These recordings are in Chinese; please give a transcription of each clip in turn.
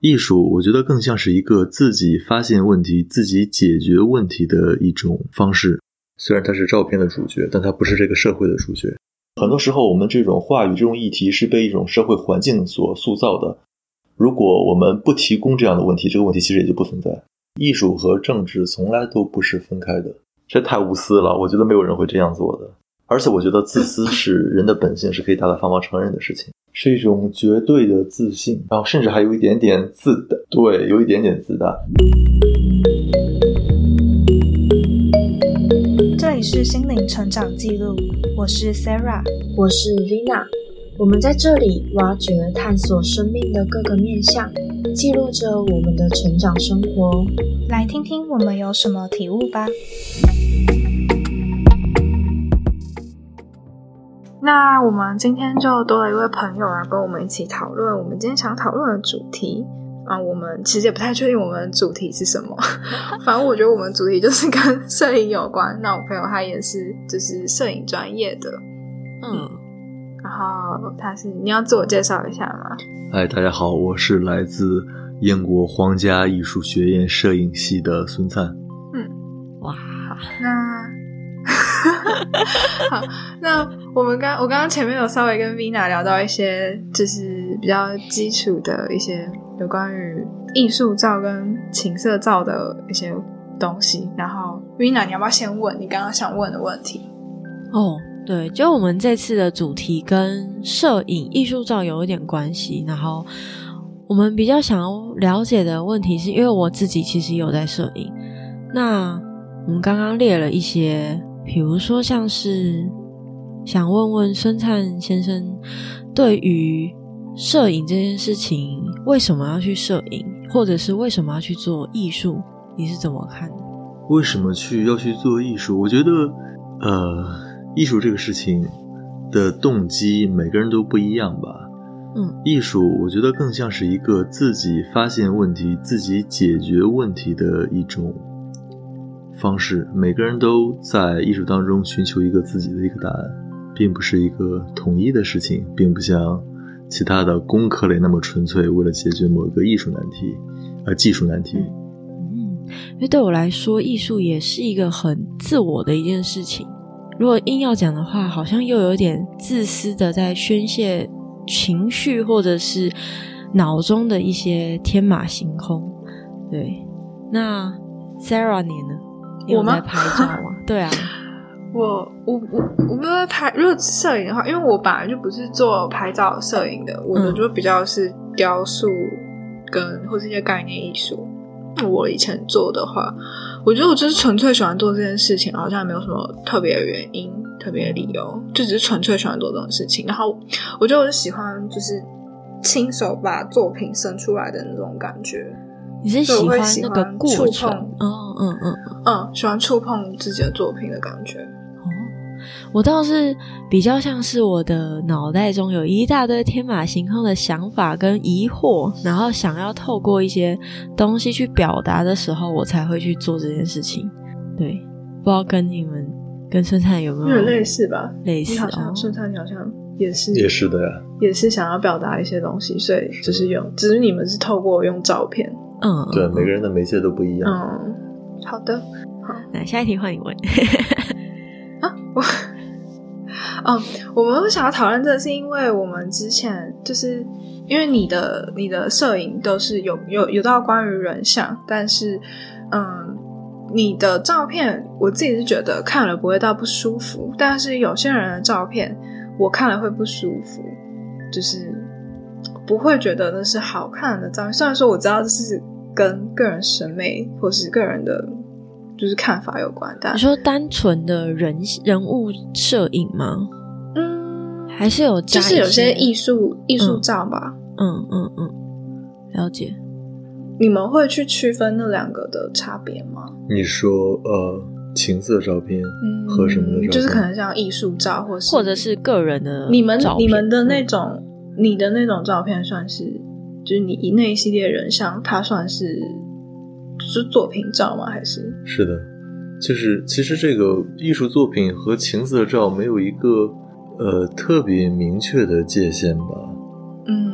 艺术我觉得更像是一个自己发现问题、自己解决问题的一种方式。虽然它是照片的主角，但它不是这个社会的主角。很多时候我们这种话语、这种议题是被一种社会环境所塑造的。如果我们不提供这样的问题，这个问题其实也就不存在。艺术和政治从来都不是分开的。这太无私了，我觉得没有人会这样做的。而且我觉得自私是人的本性，是可以大大方方承认的事情，是一种绝对的自信，然后甚至还有一点点自大，对，有一点点自大。 这里是心灵成长记录，我是 Sarah， 我是 Vina。我们在这里挖掘、探索生命的各个面向，记录着我们的成长生活。 来听听我们有什么体悟吧。那我们今天就多了一位朋友来跟我们一起讨论我们今天想讨论的主题我们其实也不太确定我们的主题是什么反正我觉得我们主题就是跟摄影有关。那我朋友他也是就是摄影专业的然后他是，你要自我介绍一下吗？ 嗨，大家好，我是来自英国皇家艺术学院摄影系的孙灿。 哇， 好，那我刚刚前面有稍微跟 Vina 聊到一些就是比较基础的一些有关于艺术照跟情色照的一些东西，然后 Vina 你要不要先问你刚刚想问的问题？ 对，就我们这次的主题跟摄影艺术照有一点关系，然后我们比较想要了解的问题是因为我自己其实有在摄影，那我们刚刚列了一些，比如说像是想问问孙灿先生对于摄影这件事情为什么要去摄影，或者是为什么要去做艺术，你是怎么看的？ 为什么要去做艺术？我觉得艺术这个事情的动机每个人都不一样吧。艺术我觉得更像是一个自己发现问题、自己解决问题的一种方式。每个人都在艺术当中寻求一个自己的一个答案，并不是一个统一的事情，并不像其他的工科类那么纯粹为了解决某一个艺术难题技术难题。 因为对我来说艺术也是一个很自我的一件事情，如果硬要讲的话好像又有点自私的在宣泄情绪或者是脑中的一些天马行空。对，那 Sarah 你呢？你有在拍照吗？对啊， 我没有在拍。如果摄影的话，因为我本来就不是做拍照摄影的，我的就比较是雕塑或是一些概念艺术。我以前做的话，我觉得我就是纯粹喜欢做这件事情，好像也没有什么特别的原因、特别的理由，就只是纯粹喜欢做这种事情。然后我觉得我就喜欢就是亲手把作品生出来的那种感觉。 你是喜欢那个过程？ 喜欢触碰自己的作品的感觉。 我倒是比较像是我的脑袋中有一大堆天马行空的想法跟疑惑，然后想要透过一些东西去表达的时候，我才会去做这件事情。对，不知道跟你们跟孙灿有没有类似吧？类似，你好像孙灿，你好像也是的呀，也是想要表达一些东西，所以就是只是你们是透过用照片。 对，每个人的媒介都不一样。 好的，好， 那下一题换你问。 我们会想要讨论这个是因为我们之前就是因为你的摄影都是有到关于人像，但是你的照片我自己是觉得看了不会到不舒服，但是有些人的照片我看了会不舒服，就是不会觉得那是好看的照片。虽然说我知道这是跟个人审美或是个人的就是看法有关，但你说单纯的人物摄影吗？还是有加一些， 就是有些艺术照吧。 了解。 你们会去区分那两个的差别吗？ 你说情色照片和什么的照片？ 就是可能像艺术照或者是个人的照片。 你们的那种你的那种照片算是就是你那一系列人像，它算是作品照吗？还是？ 是的，就是其实这个艺术作品和情色照没有一个特别明确的界限吧。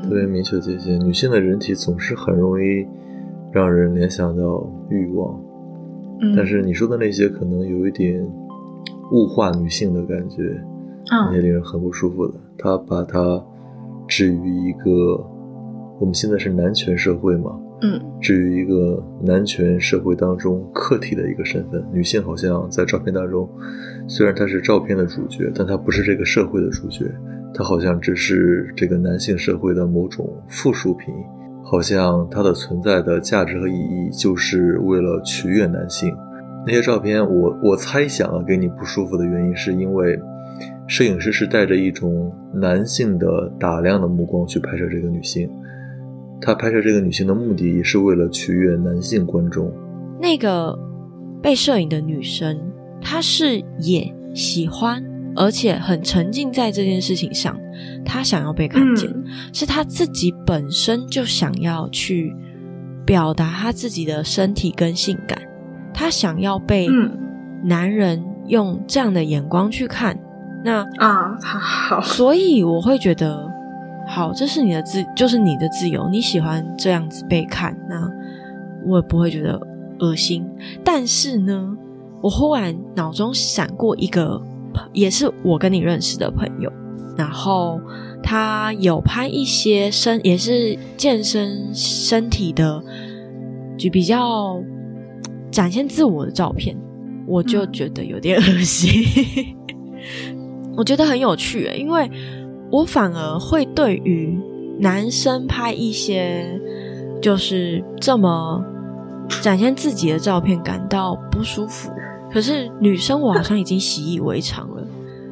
特别明确界限。女性的人体总是很容易让人联想到欲望，但是你说的那些可能有一点物化女性的感觉，那些令人很不舒服的。他把它置于一个，我们现在是男权社会嘛，置于一个男权社会当中客体的一个身份。女性好像在照片当中，虽然她是照片的主角，但她不是这个社会的主角，她好像只是这个男性社会的某种附属品，好像它的存在的价值和意义就是为了取悦男性。那些照片我猜想啊，给你不舒服的原因是因为摄影师是带着一种男性的打量的目光去拍摄这个女性，他拍摄这个女性的目的也是为了取悦男性观众。 那个被摄影的女生，她是也喜欢而且很沉浸在这件事情上，她想要被看见，是她自己本身就想要去表达她自己的身体跟性感，她想要被男人用这样的眼光去看。那好， 所以我会觉得好，这是你的就是你的自由，你喜欢这样子被看，那我也不会觉得恶心。但是呢，我忽然脑中闪过一个也是我跟你认识的朋友，然后他有拍一些也是健身身体的，就比较展现自我的照片，我就觉得有点恶心我觉得很有趣因为我反而会对于男生拍一些就是这么展现自己的照片感到不舒服，可是女生我好像已经习以为常了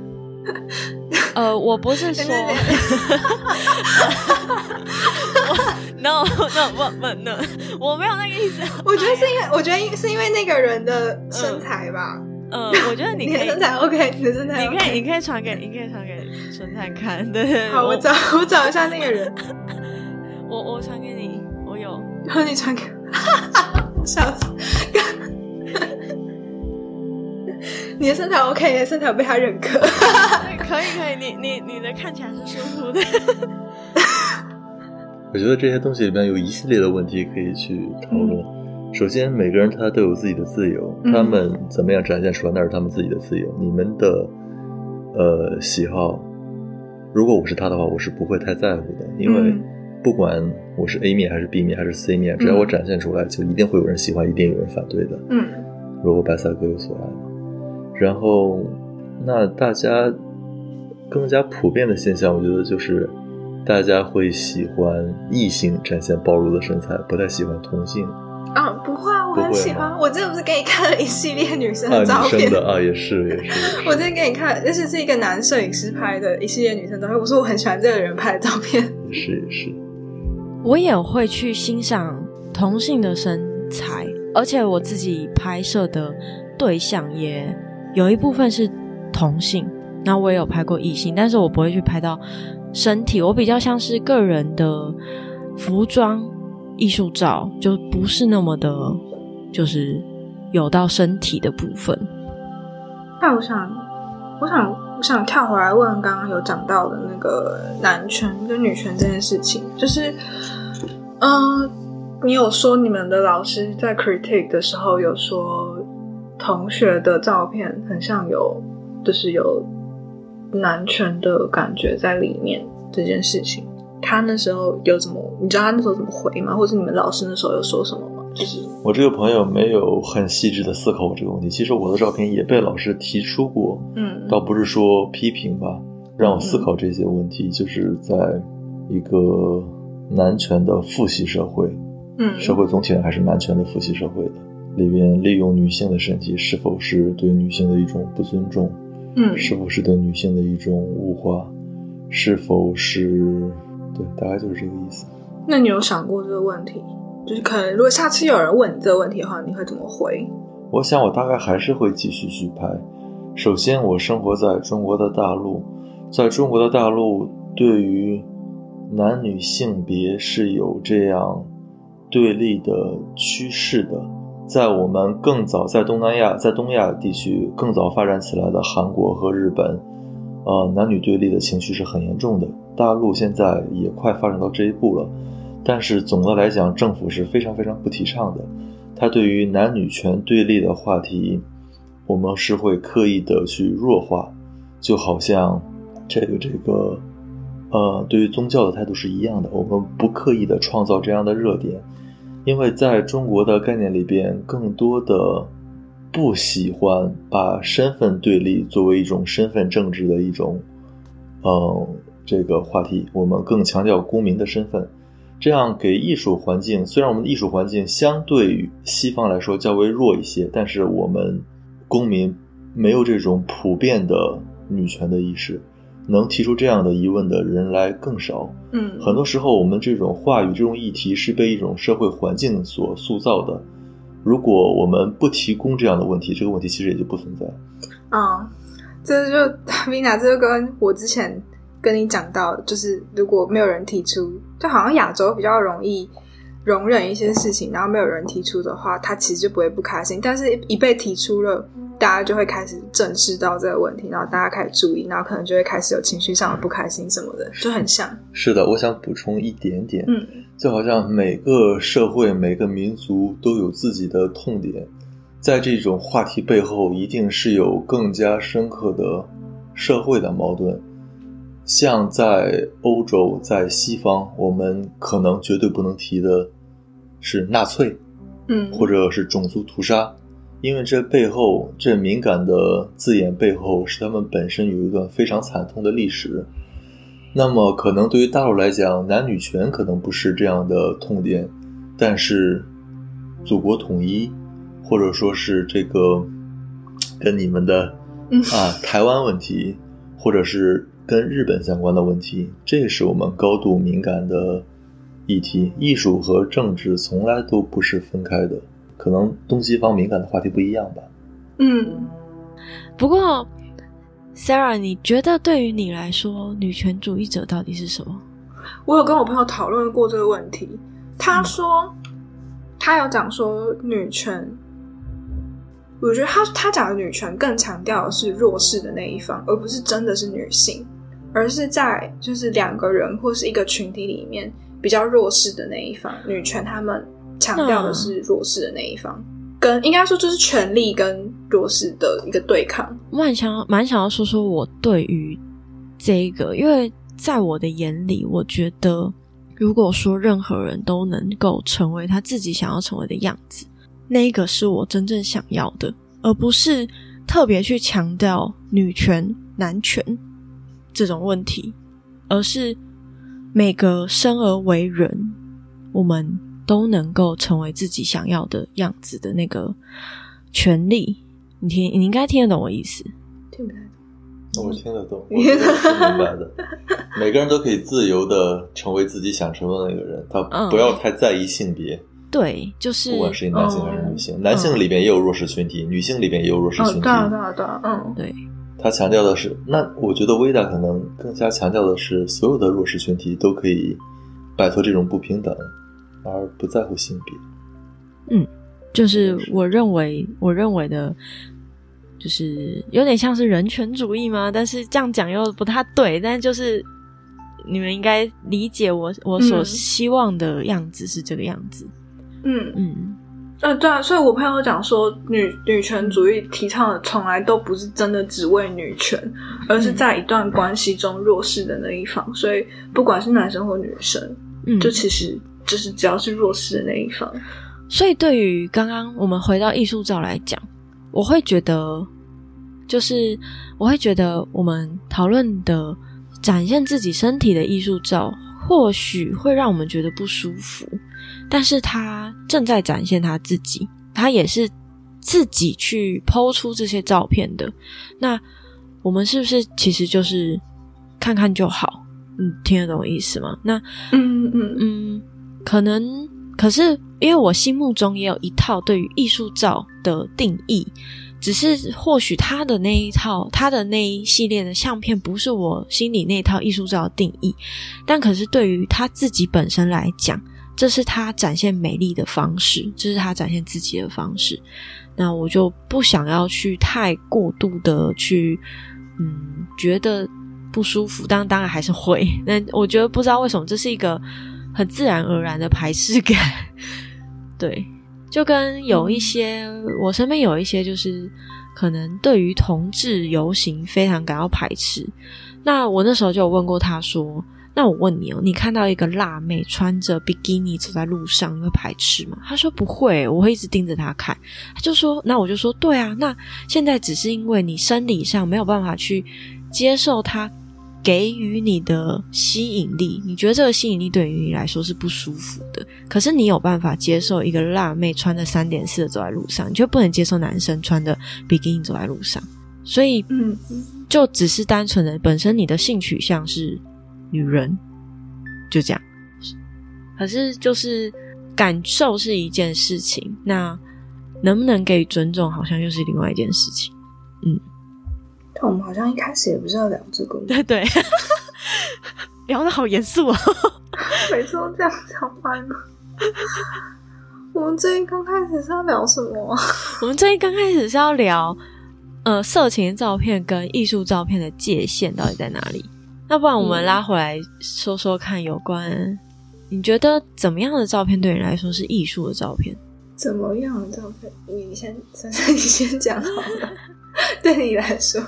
我不是说no 我没有那个意思。 我觉得是因为那个人的身材吧。 我觉得你可以， 你的身材 OK， 你的身材 OK， 你可以传给春菜看。对， 好，我找一下那个人。 我传给你，我有。 然后你传给我，笑死！你的身材 OK， 你的身材有被他认可。 可以，你的看起来是舒服的。 我觉得这些东西里面有一系列的问题可以去讨论。首先每个人他都有自己的自由，他们怎么样展现出来那是他们自己的自由。你们的喜好，如果我是他的话我是不会太在乎的，因为不管我是 A 面还是 B 面还是 C 面，只要我展现出来就一定会有人喜欢，一定有人反对的。如果白菜各有所爱嘛。然后那大家更加普遍的现象，我觉得就是大家会喜欢异性展现暴露的身材，不太喜欢同性。 不会啊，我很喜欢。我之前不是给你看了一系列女生的照片女生的也是我之前给你看，而且是一个男摄影师拍的一系列女生照片。我说我很喜欢这个人拍的照片。 也是我也会去欣赏同性的身材，而且我自己拍摄的对象也有一部分是同性，那我也有拍过异性，但是我不会去拍到身体，我比较像是个人的服装艺术照，就不是那么的就是有到身体的部分。 那我想跳回来问刚刚有讲到的那个男权跟女权这件事情，就是你有说你们的老师在 critique 的时候有说同学的照片很像就是有男权的感觉在里面这件事情，他那时候有怎么，你知道他那时候怎么回吗？或者你们老师那时候有说什么吗？就是我这个朋友没有很细致的思考过这个问题，其实我的照片也被老师提出过，倒不是说批评吧，让我思考这些问题，就是在一个男权的父系社会，社会总体上还是男权的父系社会的里边，利用女性的身体是否是对女性的一种不尊重，是否是对女性的一种物化，是否是对，大概就是这个意思。 那你有想过这个问题？就是可能如果下次有人问你这个问题的话，你会怎么回？ 我想我大概还是会继续去拍。首先我生活在中国的大陆，在中国的大陆对于男女性别是有这样对立的趋势的。在我们更早在东亚地区更早发展起来的韩国和日本，男女对立的情绪是很严重的。 大陆现在也快发展到这一步了，但是总的来讲，政府是非常非常不提倡的。它对于男女权对立的话题，我们是会刻意的去弱化，就好像对于宗教的态度是一样的，我们不刻意的创造这样的热点，因为在中国的概念里边，更多的不喜欢把身份对立作为一种身份政治的一种这个话题，我们更强调公民的身份，这样给艺术环境，虽然我们的艺术环境相对于西方来说较为弱一些，但是我们公民没有这种普遍的女权的意识，能提出这样的疑问的人来更少。很多时候我们这种话语这种议题是被一种社会环境所塑造的，如果我们不提供这样的问题，这个问题其实也就不存在。 这就 Vina 这就跟我之前跟你讲到，就是如果没有人提出，就好像亚洲比较容易容忍一些事情，然后没有人提出的话，他其实就不会不开心，但是一被提出了，大家就会开始正视到这个问题，然后大家开始注意，然后可能就会开始有情绪上的不开心什么的，就很像。是的，我想补充一点点，就好像每个社会每个民族都有自己的痛点，在这种话题背后一定是有更加深刻的社会的矛盾。像在欧洲在西方，我们可能绝对不能提的是纳粹，或者是种族屠杀，因为这敏感的字眼背后是他们本身有一段非常惨痛的历史。那么可能对于大陆来讲，男女权可能不是这样的痛点，但是祖国统一，或者说是这个跟你们的台湾问题，或者是跟日本相关的问题，这是我们高度敏感的议题。艺术和政治从来都不是分开的，可能东西方敏感的话题不一样吧。 不过 Sarah， 你觉得对于你来说，女权主义者到底是什么？ 我有跟我朋友讨论过这个问题，他说他有讲说女权，我觉得他讲的女权更强调的是弱势的那一方，而不是真的是女性，而是在就是两个人或是一个群体里面比较弱势的那一方，女权他们强调的是弱势的那一方，跟应该说就是权力跟弱势的一个对抗。 我蛮想要说说我对于这个，因为在我的眼里，我觉得如果说任何人都能够成为他自己想要成为的样子，那个是我真正想要的，而不是特别去强调女权男权这种问题，而是每个生而为人，我们都能够成为自己想要的样子的那个权利。你应该听得懂我意思。 听不太懂。 我听得懂，我是明白的。每个人都可以自由的成为自己想成为的那个人，他不要太在意性别。 对，就是不管是男性还是女性，男性里边也有弱势群体，女性里边也有弱势群体。 对。 他强调的是，那我觉得微达可能更加强调的是，所有的弱势群体都可以摆脱这种不平等，而不在乎性别。 就是我认为的，就是有点像是人权主义嘛，但是这样讲又不太对，但就是你们应该理解我所希望的样子是这个样子。 对啊，所以我朋友讲说女权主义提倡的从来都不是真的只为女权，而是在一段关系中弱势的那一方，所以不管是男生或女生，就其实就是只要是弱势的那一方。 所以对于刚刚我们回到艺术照来讲，我会觉得我们讨论的展现自己身体的艺术照或许会让我们觉得不舒服，但是他正在展现他自己，他也是自己去po出这些照片的。那我们是不是其实就是看看就好？听得懂我意思吗？那可是因为我心目中也有一套对于艺术照的定义，只是或许他的那一系列的相片不是我心里那一套艺术照的定义，但可是对于他自己本身来讲，这是他展现美丽的方式，这是他展现自己的方式。那我就不想要去太过度的去觉得不舒服，当然还是会，但我觉得不知道为什么这是一个很自然而然的排斥感。对，就跟有一些我身边有一些就是可能对于同志游行非常感到排斥，那我那时候就有问过他说，那我问你你看到一个辣妹穿着比基尼走在路上，你会排斥吗？他说不会，我会一直盯着她看。他就说，那我就说对啊，那现在只是因为你生理上没有办法去接受她给予你的吸引力，你觉得这个吸引力对于你来说是不舒服的，可是你有办法接受一个辣妹穿着 3.4 的走在路上，你就不能接受男生穿的比基尼走在路上。所以就只是单纯的本身你的性取向是女人，就这样。可是就是感受是一件事情，那能不能给予尊重好像又是另外一件事情。 但我们好像一开始也不是要聊这个， 对对聊得好严肃哦。 每次都这样讲翻了。我们最近刚开始是要聊什么？ 我们最近刚开始是要聊色情照片跟艺术照片的界限到底在哪里。那不然我们拉回来说说看，有关你觉得怎么样的照片对你来说是艺术的照片？ 怎么样的照片？你先讲好了。对你来说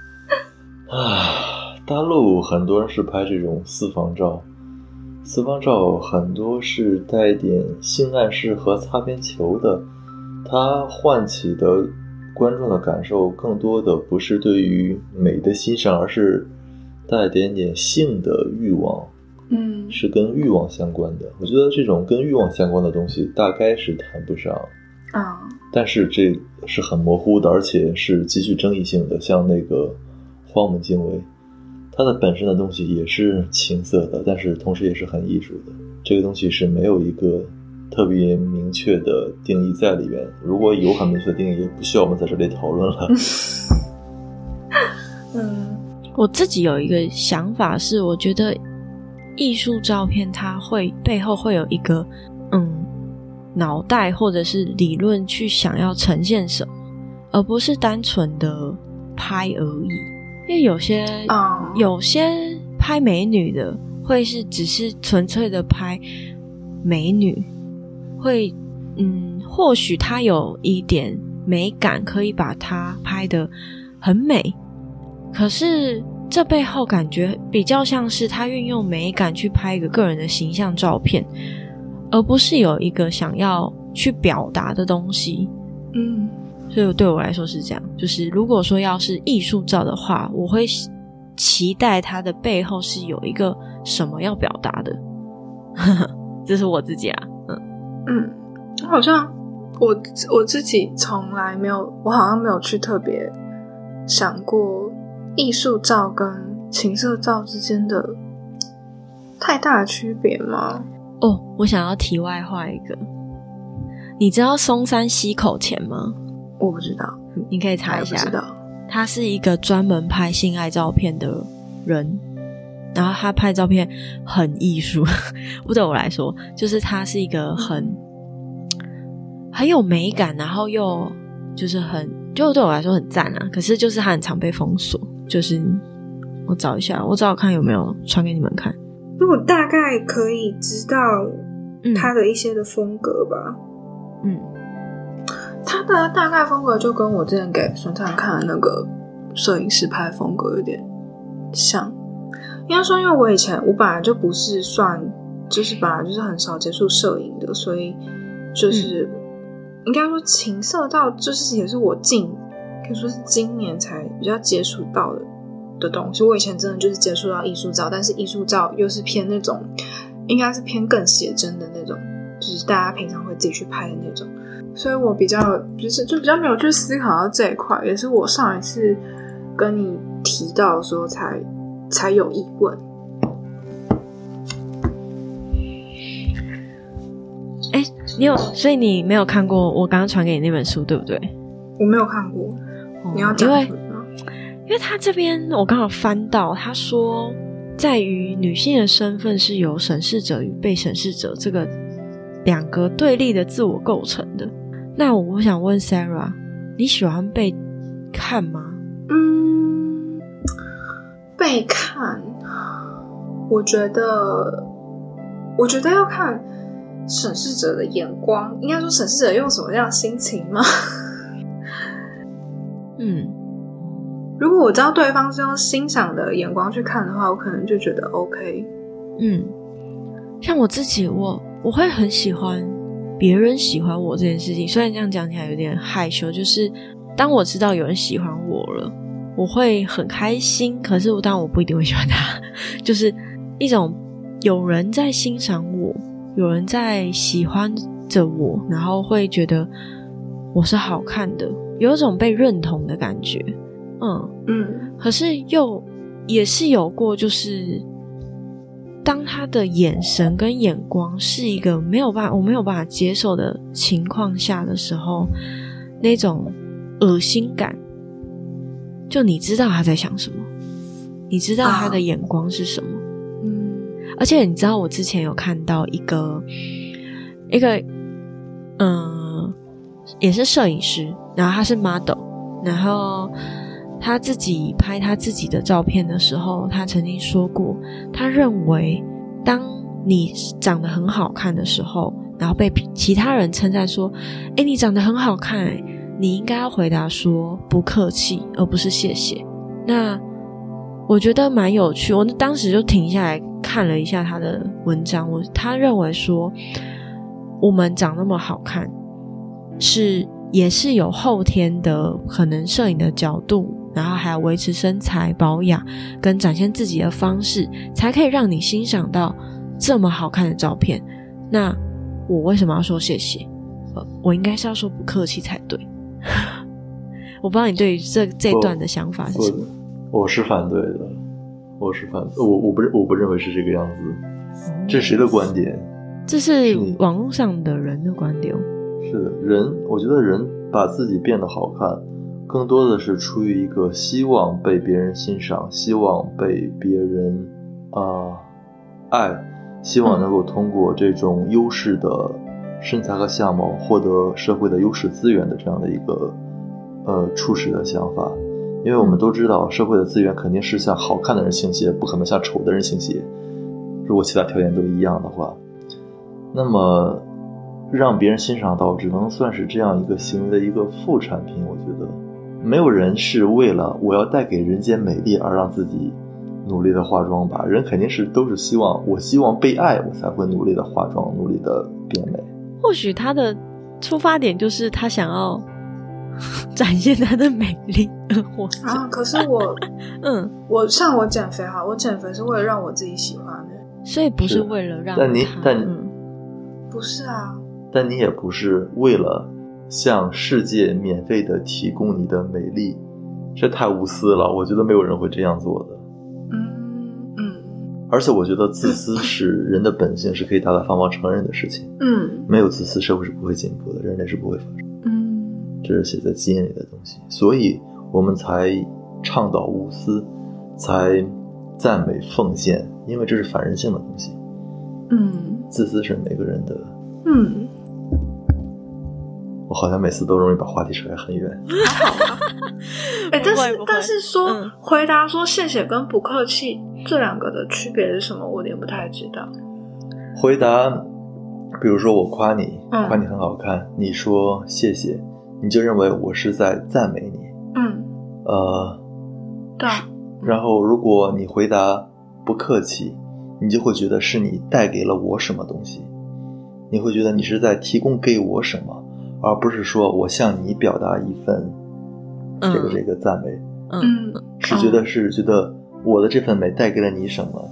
大陆很多人是拍这种私房照，私房照很多是带点性暗示和擦边球的，它唤起的观众的感受更多的不是对于美的欣赏，而是带点点性的欲望，是跟欲望相关的。我觉得这种跟欲望相关的东西大概是谈不上但是这是很模糊的，而且是极具争议性的。像那个荒木经惟，它的本身的东西也是情色的，但是同时也是很艺术的。这个东西是没有一个特别明确的定义在里面，如果有很明确的定义，也不需要我们在这里讨论了。 我自己有一个想法是，我觉得艺术照片它会背后会有一个脑袋或者是理论去想要呈现什么，而不是单纯的拍而已。因为有些拍美女的会是只是纯粹的拍美女，会或许她有一点美感，可以把它拍得很美，可是这背后感觉比较像是他运用美感去拍一个个人的形象照片，而不是有一个想要去表达的东西。所以对我来说是这样，就是如果说要是艺术照的话，我会期待它的背后是有一个什么要表达的。这是我自己啦。 好像我自己从来没有，我好像没有去特别想过艺术照跟情色照之间的太大的区别吗？ 我想要题外话一个，你知道松山溪口前吗？ 我不知道， 你可以查一下。 不知道， 他是一个专门拍性爱照片的人，然后他拍照片很艺术。不对我来说，就是他是一个很有美感，然后又就是就对我来说很赞啊。可是就是他很常被封锁，就是我找一下，我找看有没有传给你们看。 我大概可以知道他的一些的风格吧。他的大概风格就跟我之前给孙灿看的那个摄影师拍的风格有点像。应该说，因为我本来就不是算，就是本来就是很少接触摄影的，所以就是应该说情色照就是也是我可以说是今年才比较接触到的东西。我以前真的就是接触到艺术照，但是艺术照又是偏那种应该是偏更写真的那种，就是大家平常会自己去拍的那种，所以我比较就比较没有去思考到这一块，也是我上一次跟你提到的时候才有疑问。 所以你没有看过我刚刚传给你那本书，对不对？ 我没有看过。你要讲什么？ 因为他这边我刚好翻到，他说在于女性的身份是由审视者与被审视者这个两个对立的自我构成的。那我想问 Sarah， 你喜欢被看吗？ 被美看，我觉得要看审视者的眼光，应该说审视者用什么样的心情吗？如果我知道对方是用欣赏的眼光去看的话，我可能就觉得 OK。 像我自己，我会很喜欢别人喜欢我这件事情，虽然这样讲起来有点害羞，就是当我知道有人喜欢我了，我会很开心，可是当然我不一定会喜欢他，就是一种有人在欣赏我，有人在喜欢着我，然后会觉得我是好看的，有一种被认同的感觉。可是也是有过，就是当他的眼神跟眼光是一个我没有办法接受的情况下的时候，那种恶心感，就你知道他在想什么，你知道他的眼光是什么。而且你知道我之前有看到一个也是摄影师，然后他是 model， 然后他自己拍他自己的照片的时候，他曾经说过，他认为当你长得很好看的时候，然后被其他人称赞说你长得很好看你应该要回答说不客气，而不是谢谢。那我觉得蛮有趣，我当时就停下来看了一下他的文章，他认为说我们长那么好看也是有后天的可能摄影的角度，然后还有维持身材保养跟展现自己的方式，才可以让你欣赏到这么好看的照片。那我为什么要说谢谢？我应该是要说不客气才对。我不知道你对于这段的想法是什么？ 我是反对的，我不认为是这个样子。这是谁的观点？ 这是网络上的人的观点。 是的，我觉得人把自己变得好看，更多的是出于一个希望被别人欣赏，希望被别人爱，希望能够通过这种优势的身材和相貌获得社会的优势资源的这样的一个初始的想法。因为我们都知道社会的资源肯定是向好看的人倾斜，不可能向丑的人倾斜，如果其他条件都一样的话，那么让别人欣赏到只能算是这样一个行为的一个副产品。我觉得没有人是为了我要带给人间美丽而让自己努力的化妆吧，人肯定都是希望被爱，我才会努力的化妆，努力的变美。 或许他的出发点就是他想要展现他的美丽而活着可是我像我减肥我减肥是为了让我自己喜欢的， 所以不是为了让不是啊， 但你也不是为了向世界免费的提供你的美丽，这太无私了，我觉得没有人会这样做的。而且我觉得自私是人的本性，是可以大大方方承认的事情。没有自私，社会是不会进步的，人类是不会发生。这是写在基因里的东西，所以我们才倡导无私，才赞美奉献，因为这是反人性的东西。自私是每个人的。我好像每次都容易把话题扯得很远。 还好吧。但是说回答说谢谢跟不客气这两个的区别是什么，我有点不太知道。 回答，比如说我夸你很好看，你说谢谢，你就认为我是在赞美你。 对。 然后如果你回答不客气，你就会觉得是你带给了我什么东西，你会觉得你是在提供给我什么，而不是说我向你表达一份这个赞美。是觉得我的这份美带给了你什么。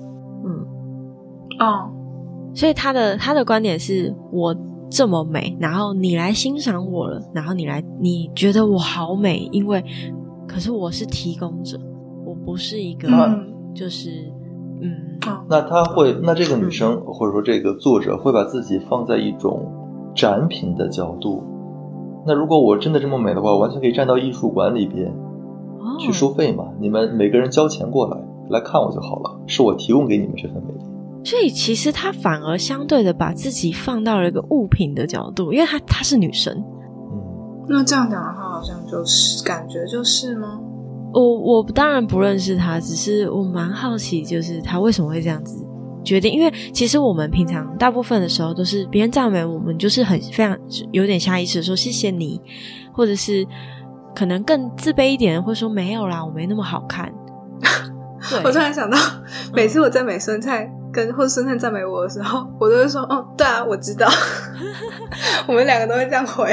所以他的观点是我这么美，然后你来欣赏我了，然后你觉得我好美，因为可是我是提供者，我不是一个就是那这个女生或者说这个作者会把自己放在一种展品的角度。那如果我真的这么美的话，我完全可以站到艺术馆里边去收费嘛，你们每个人交钱过来看我就好了，是我提供给你们这份美丽。 所以其实她反而相对的把自己放到了一个物品的角度，因为她是女生。 那这样讲的话好像就是感觉就是吗？ 我当然不认识他，只是我蛮好奇，就是他为什么会这样子决定。因为其实我们平常大部分的时候都是别人赞美我们，就是非常有点下意识的说谢谢你，或者是可能更自卑一点会说没有啦，我没那么好看。对， 我突然想到，每次我赞美孙菜或者孙菜赞美我的时候，我都会说哦，对啊，我知道。我们两个都会这样回。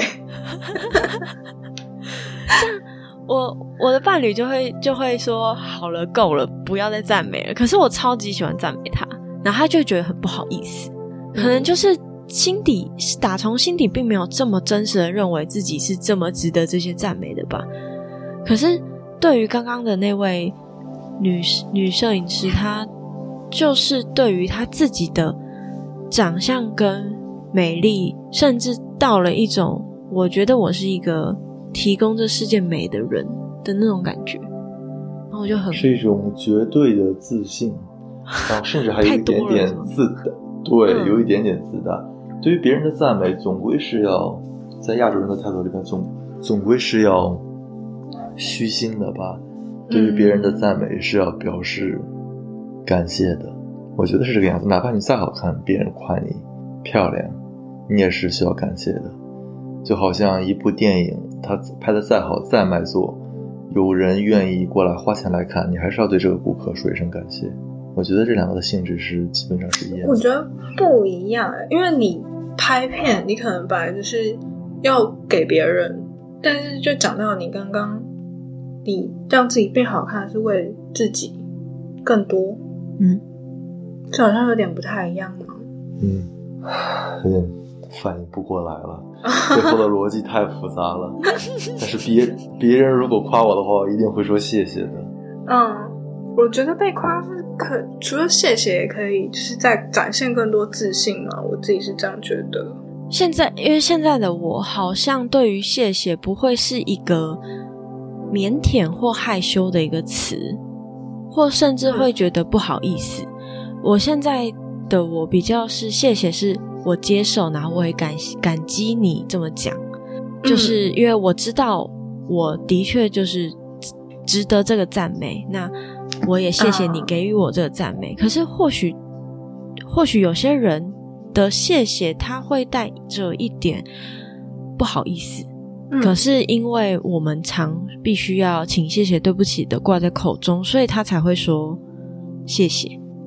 我的伴侣就会说好了，够了，不要再赞美了。可是我超级喜欢赞美他，然后他就会觉得很不好意思，可能就是打从心底并没有这么真实的认为自己是这么值得这些赞美的吧。可是对于刚刚的那位女摄影师，她就是对于她自己的长相跟美丽，甚至到了一种我觉得我是一个提供这世界美的人的那种感觉，然后我就很是一种绝对的自信，然后甚至还有一点点自大，对，有一点点自大。对于别人的赞美，总归是要在亚洲人的态度里边，总归是要虚心的吧。对于别人的赞美是要表示感谢的，我觉得是这个样子。哪怕你再好看，别人夸你漂亮，你也是需要感谢的。就好像一部电影，它拍得再好再卖座，有人愿意过来花钱来看，你还是要对这个顾客说一声感谢。我觉得这两个的性质是基本上是一样的。 我觉得不一样，因为你拍片，你可能本来就是要给别人，但是就讲到你刚刚，你让自己变好看是为了自己更多，这好像有点不太一样嘛。 有点反应不过来了，背后的逻辑太复杂了。但是别人如果夸我的话，我一定会说谢谢的。 我觉得被夸是除了谢谢也可以，就是在展现更多自信嘛。我自己是这样觉得。 因为现在的我好像对于谢谢不会是一个腼腆或害羞的一个词，或甚至会觉得不好意思。我现在的我比较是谢谢，是我接受，然后我也感激你这么讲，就是因为我知道我的确就是值得这个赞美，那我也谢谢你给予我这个赞美。可是或许有些人的谢谢他会带着一点不好意思，可是因为我们常必须要请谢谢对不起的挂在口中，所以他才会说谢谢。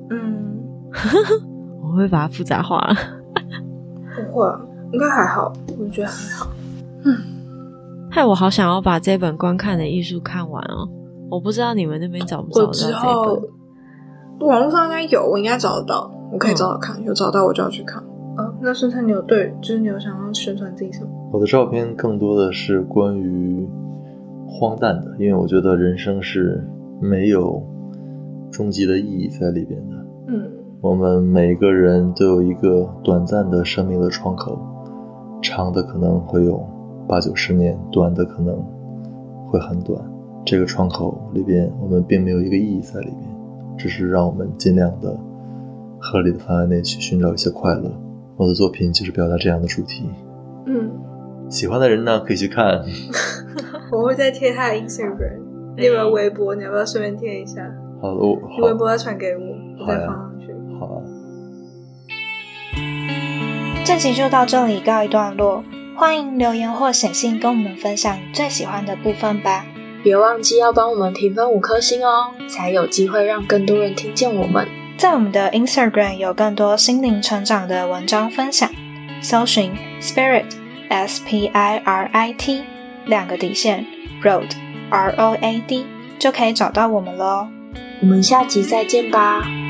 我会把它复杂化了。 不会，应该还好，我觉得还好。 害我好想要把这本观看的艺术看完哦。我不知道你们那边找不找到这本。 网络上应该有，我应该找得到，我可以找找看，有找到我就要去看。那孙灿，你有想要宣传自己什么？ 我的照片更多的是关于荒诞的，因为我觉得人生是没有终极的意义在里边的。我们每个人都有一个短暂的生命的窗口，长的可能会有80-90年，短的可能会很短。这个窗口里边我们并没有一个意义在里边，只是让我们尽量的合理的范围内去寻找一些快乐。我的作品就是表达这样的主题。喜欢的人呢可以去看。 我会再贴他的 Instagram， 你有没有微博？你要不要顺便贴一下？ 好的， 你微博要传给我，我再放上去。 好啊。 这集就到这里告一段落，欢迎留言或写信跟我们分享你最喜欢的部分吧。 别忘记要帮我们评分5颗星哦，才有机会让更多人听见我们。 在我们的 Instagram 有更多心灵成长的文章分享，搜寻 Spirit SPIRIT 2个底线 Road ROAD 就可以找到我们咯。 我们下集再见吧。